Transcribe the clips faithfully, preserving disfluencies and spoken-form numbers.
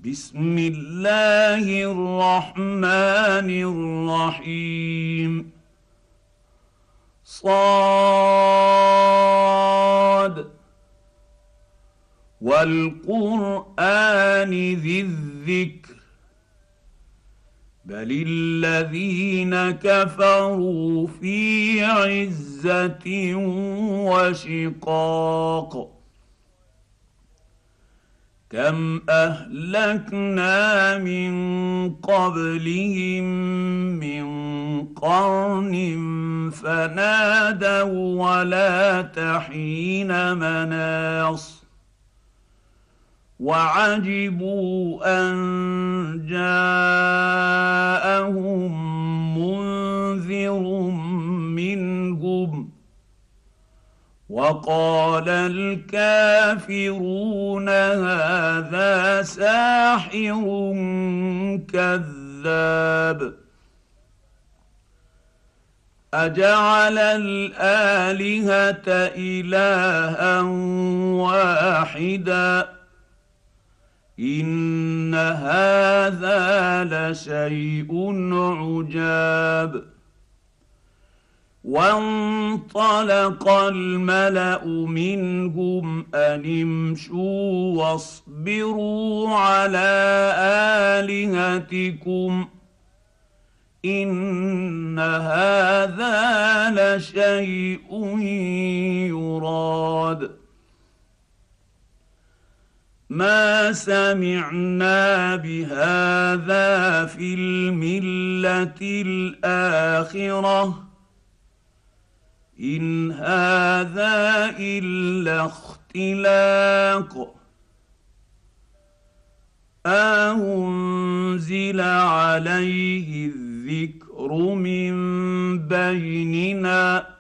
بسم الله الرحمن الرحيم. صاد والقرآن ذي الذكر بل الذين كفروا في عزة وشقاق. كم أهلكنا من قبلهم من قرن فنادوا ولا تحين مناص وعجبوا أن جاءهم منذر منهم وقال الكافرون هذا ساحر كذاب. أجعل الآلهة إلها واحدا إن هذا لشيء عجاب. وانطلق الملأ منهم أن امشوا واصبروا على آلهتكم إن هذا لشيء يراد. ما سمعنا بهذا في الملة الآخرة إن هذا إلا اختلاق أنزل عليه الذكر من بيننا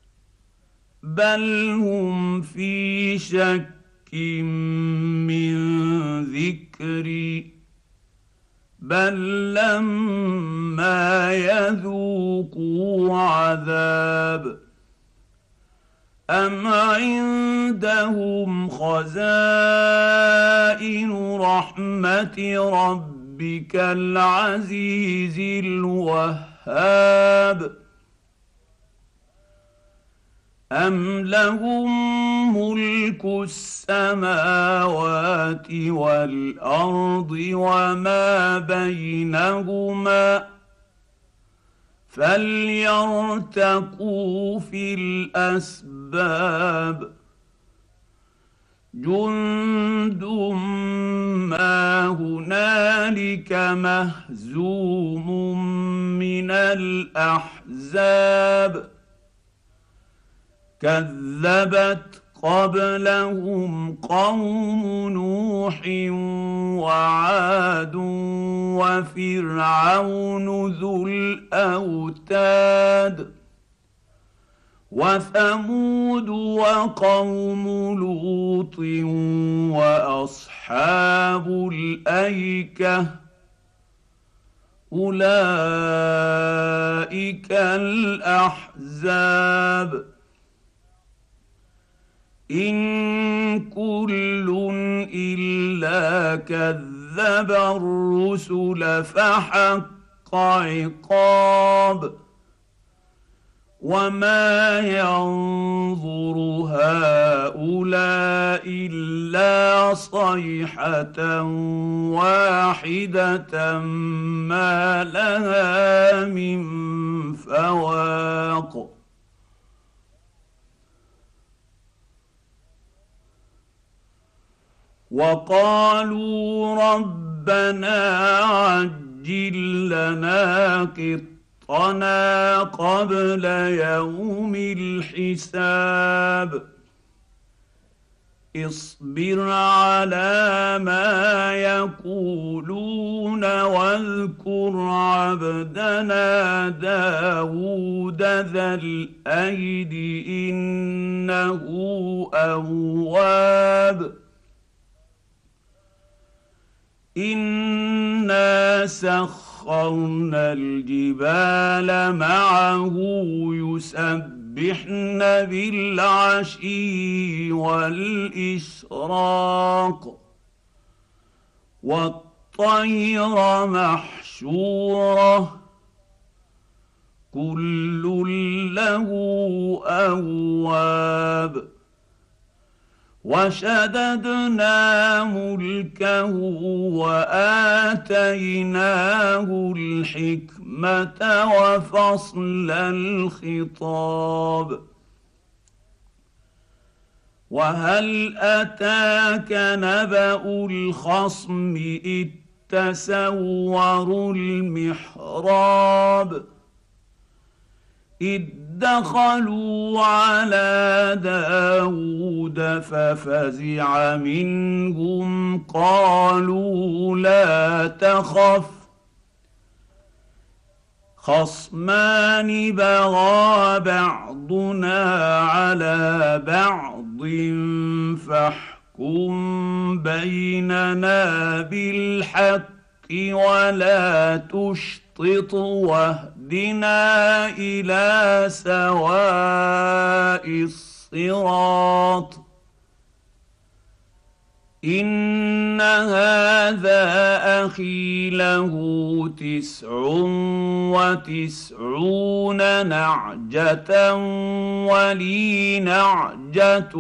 بل هم في شك من ذكري بل لما يذوقوا عذاب أم عندهم خزائن رحمة ربك العزيز الوهاب أم لهم ملك السماوات والأرض وما بينهما فليرتقوا في الأسباب. جند ما هنالك مهزوم من الأحزاب كذبت قبلهم قوم نوح وعاد وفرعون ذو الأوتاد وثمود وقوم لوط وأصحاب الأيكة أولئك الأحزاب إن كل إلا كذب الرسل فحق عقاب وما ينظر هؤلاء إلا صيحة واحدة ما لها من فواق. وقالوا ربنا عجل لنا قطنا قبل يوم الحساب اصبر على ما يقولون واذكر عبدنا داود ذا الأيد إنه أواب إنا سخرنا الجبال معه يسبحن بالعشي والإشراق والطير محشوره كل له اواب وشددنا ملكه واتيناه الحكمه وفصل الخطاب وهل اتاك نبأ الخصم اذ تسوروا المحراب إذ دخلوا على داود ففزع منهم قالوا لا تخف خصمان بغى بعضنا على بعض فاحكم بيننا بالحق ولا تشطط واهدنا إلى سواء الصراط إن هذا أخي له تسع وتسعون نعجة ولي نعجة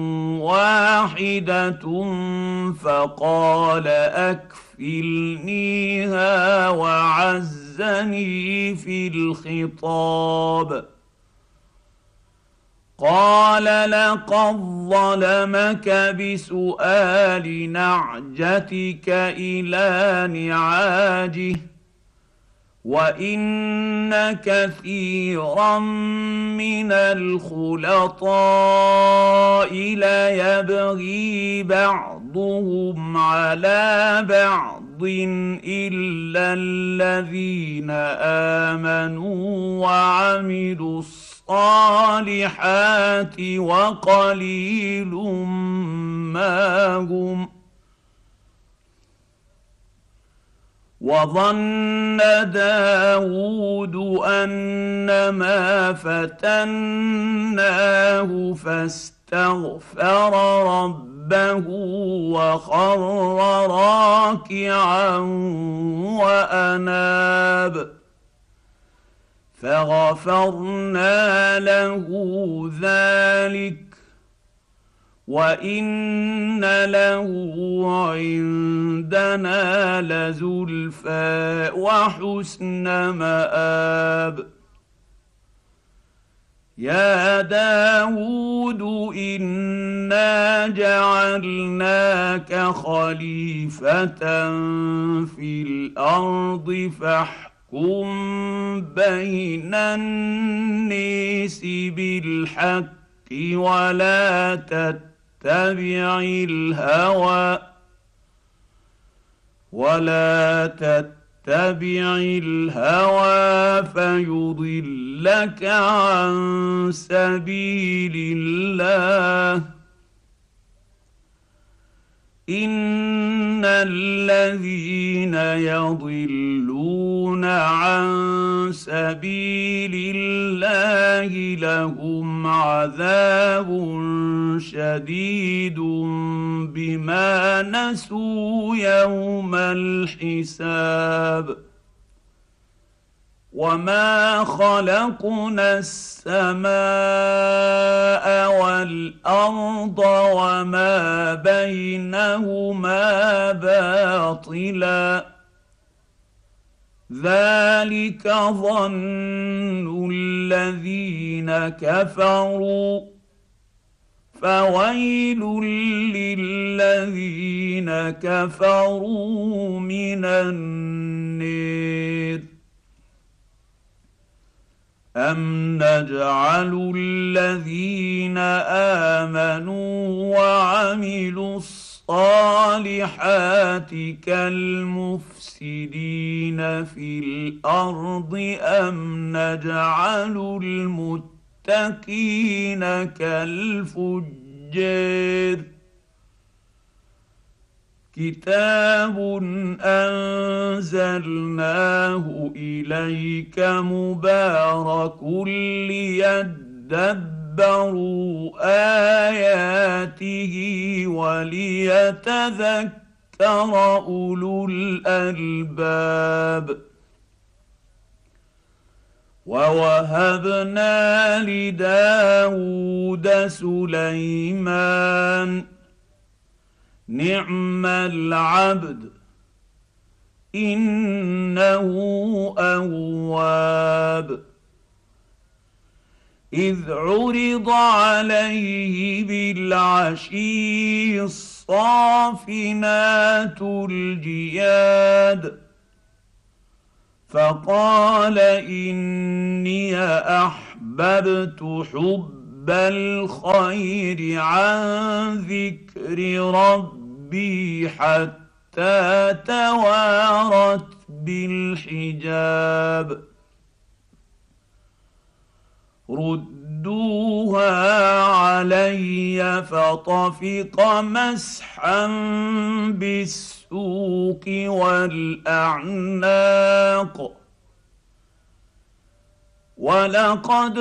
واحدة فقال أكفلنيها وعزني في الخطاب قال لقد ظلمك بسؤال نعجتك إلى نعاجه وإن كثيرا من الخلطاء ليبغي بعضهم على بعض إلا الذين آمنوا وعملوا الصالحات وقليل ما هم وظن داود أنما فتناه فاستغفر ربه وخر راكعا وأناب فغفرنا له ذلك وإن له عندنا لزلفى وحسن مآب يا داود إنا جعلناك خليفة في الأرض فاحكم بين الناس بالحق ولا تتبع الهوى ولا تتبع الهوى فيضلك عن سبيل الله إن الذين يضلون عن سبيل الله لهم عذاب شديد بما نسوا يوم الحساب وما خلقنا السماء والأرض وما بينهما باطلا ذلك ظن الذين كفروا فويل للذين كفروا من النار أم نجعل الذين آمنوا وعملوا الصالحات كالمفسدين في الأرض أم نجعل المتقين كالفجار كتاب أنزلناه إليك مبارك ليدبروا آياته وليتذكر وذكر أولو الألباب. ووهبنا لداود سليمان نعم العبد إنه أواب. إذ عرض عليه بالعشي الصافنات الجياد فقال إني أحببت حب الخير عن ذكر ربي حتى توارت بالحجاب. ردوها علي فطفق مسحا بالسوق والأعناق. ولقد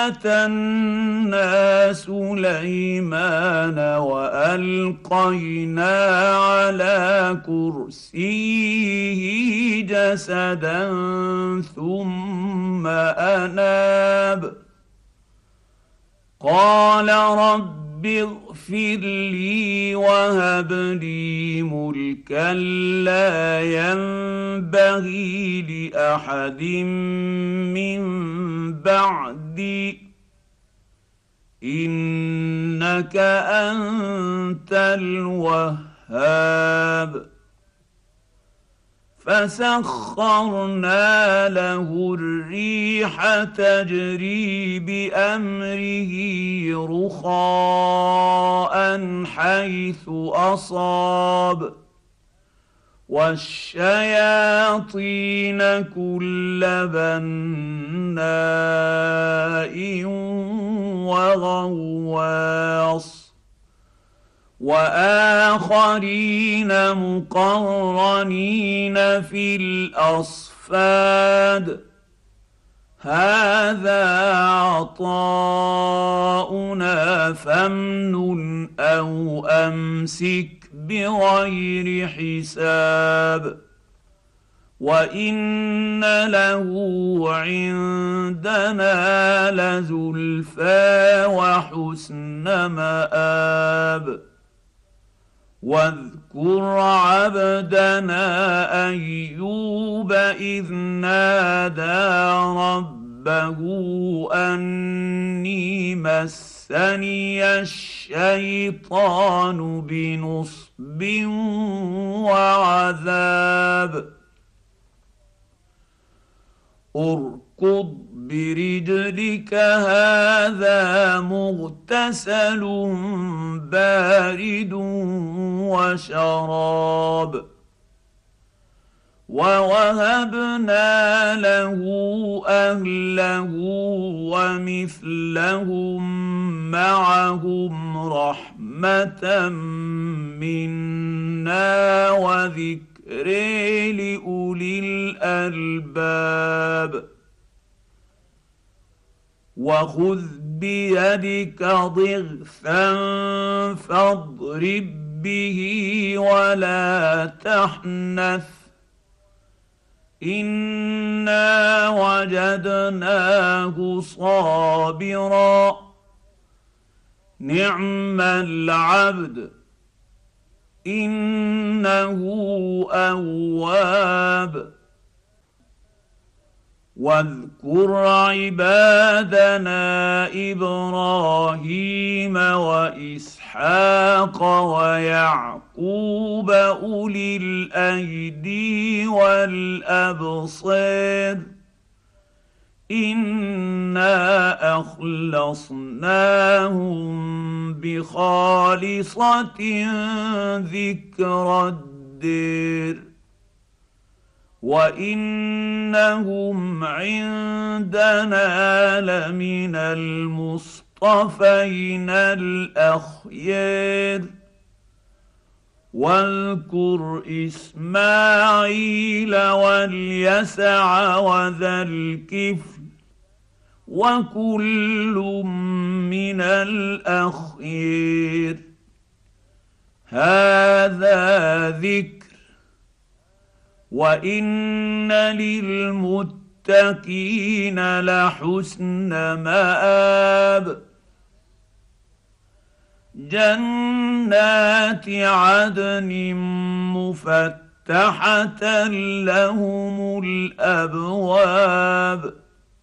فتنا سليمان وألقينا على كرسيه جسدا ثم أناب قال رب اغفر لي وهب لي ملكا لا ينبغي لأحد من بعدي إنك أنت الوهاب. فسخرنا له الريح تجري بأمره رخاء حيث أصاب والشياطين كل بناء وغواص وآخرين مقرنين في الأصفاد هذا عطاؤنا فامنن أو أمسك بغير حساب وإن له عندنا لزلفى وحسن مآب. واذكر عبدنا أيوب إذ نادى ربه أني مسني الشيطان بنصب وعذاب. اركض برجلك هذا مغتسل بارد وشراب. ووهبنا له أهله ومثلهم معهم رحمة منا وذكر لأولي الألباب. وخذ بيدك ضغثا فاضرب به ولا تحنث إنا وجدناه صابرا نعم العبد إنه أواب. واذكر عبادنا إبراهيم وإسحاق ويعقوب أولي الأيدي والأبصار إنا أخلصناهم بخالصة ذكر الدير وإنهم عندنا لمن المصطفين الأخيار. واذكر إسماعيل واليسع وذا الكفل وكل من الأخيار. هذا ذكر وان للمتقين لحسن مآب. جنات عدن مفتحة لهم الأبواب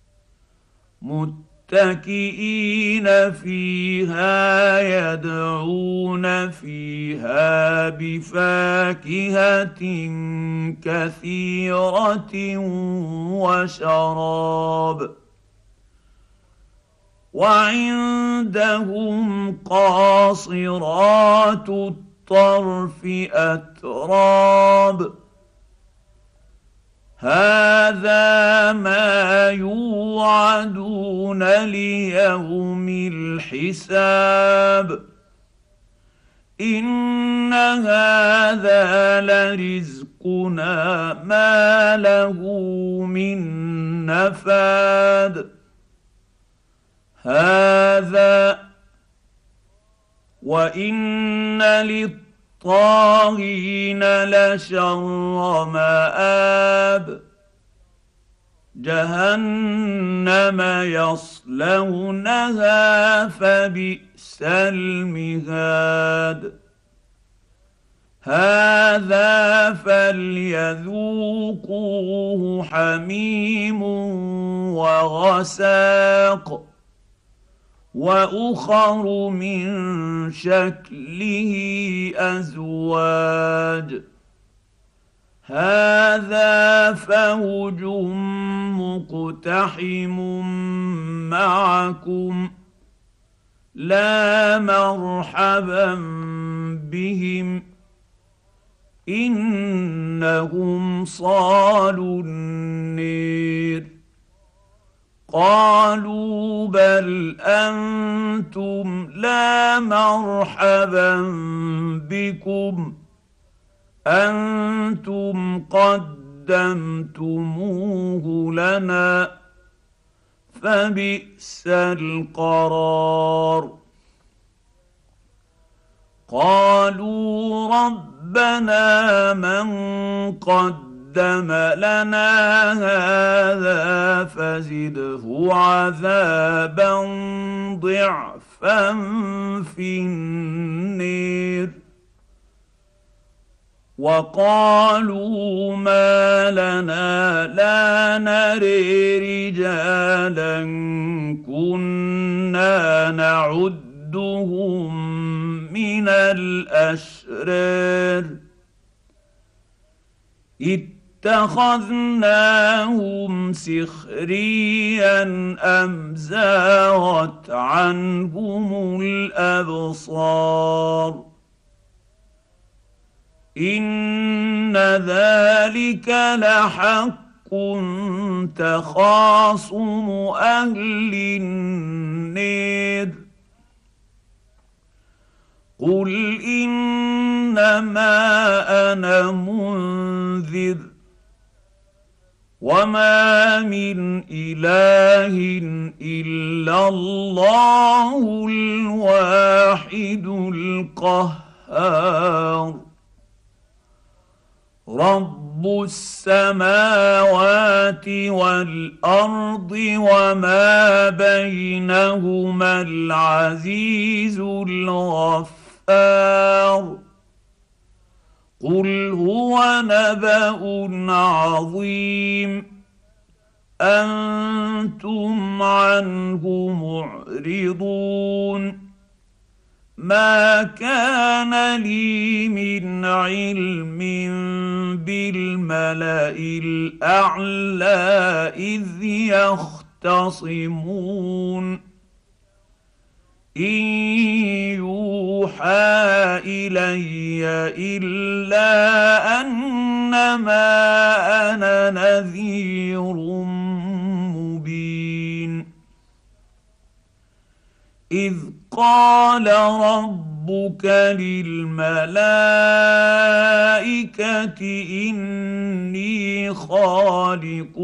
متكئين فيها يدعون فيها بفاكهة كثيرة وشراب. وعندهم قاصرات الطرف أتراب. هذا ما يوعدون ليوم الحساب. إن هذا لرزقنا ما له من نفاد. هذا وإن للطاغين لشر مآب. جهنم يصلونها فبئس المهاد. هذا فليذوقوه حميم وغساق واخر من شكله ازواج. هذا فوج مقتحم معكم لا مرحبا بهم انهم صالوا النير. قالوا بل انتم لا مرحبا بكم انتم قدمتموه لنا فبئس القرار. قالوا ربنا من قدم لنا هذا فزده عذابا ضعفا في النير. وقالوا ما لنا لا نري رجالا كنا نعدهم من الأشرار اتخذناهم سخريا أم زاغت عنهم الأبصار. إن ذلك لحق تخاصم أهل النير. قل إنما أنا منذر وما من إله إلا الله الواحد القهار. رب السماوات والأرض وما بينهما العزيز الغفار. قل هو نبأ عظيم أنتم عنه معرضون. ما كان لي من علم بالملأ الأعلى إذ يختصمون. إن يوحى إلي إلا أنما أنا نذير مبين. إذ قال ربك للملائكة إني خالق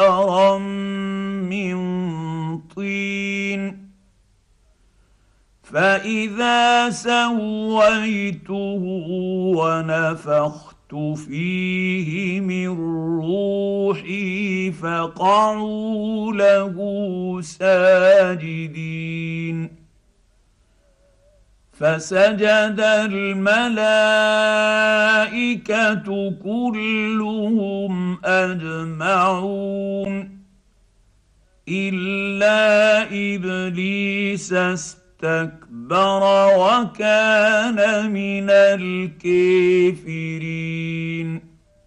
بشرا من طين فاذا سويته ونفخت فيه من روحي فقعوا له ساجدين فسجد الملائكه كلهم اجمعون الا ابليس استكبر وكان من الكافرين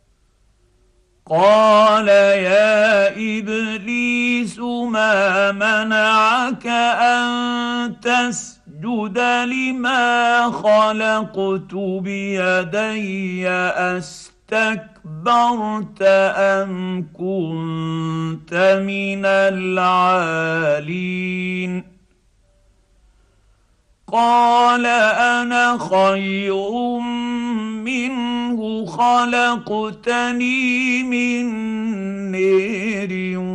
قال يا ابليس ما منعك ان تسجد اسجد لما خلقت بيدي استكبرت ام كنت من العالين قال انا خير منه خلقتني من نار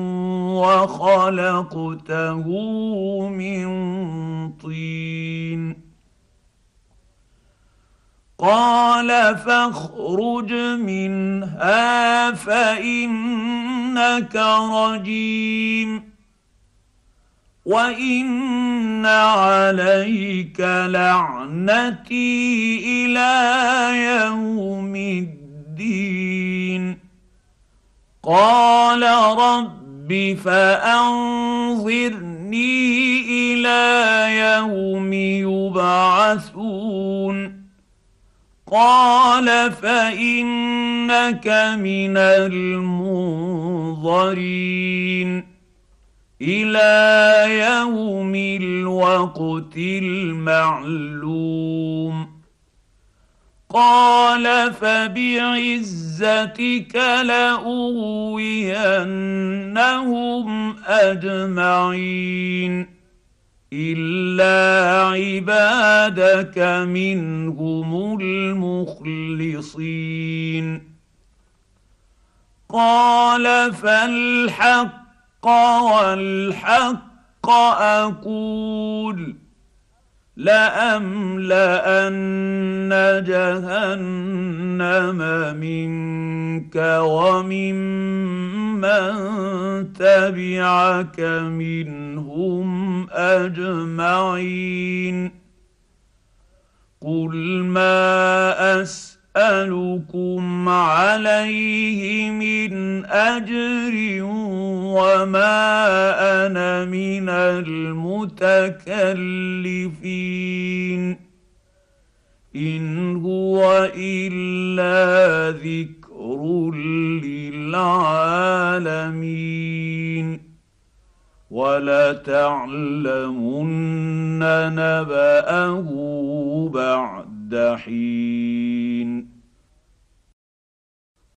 وخلقته من طين قال فاخرج منها فإنك رجيم وإن عليك لعنتي إلى يوم الدين قال رب فأنظرني إلى يوم يبعثون قال فإنك من المنظرين إلى يوم الوقت المعلوم قال فبعزتك لأغوينهم أجمعين إلا عبادك منهم المخلصين قال فالحق والحق أقول لأملأن جهنم منك وممن تبعك منهم أجمعين قل ما أسألكم عليه من أجر وما أنا من المتكلفين إن هو إلا ذكر للعالمين ولتعلمن نبأه بعد حين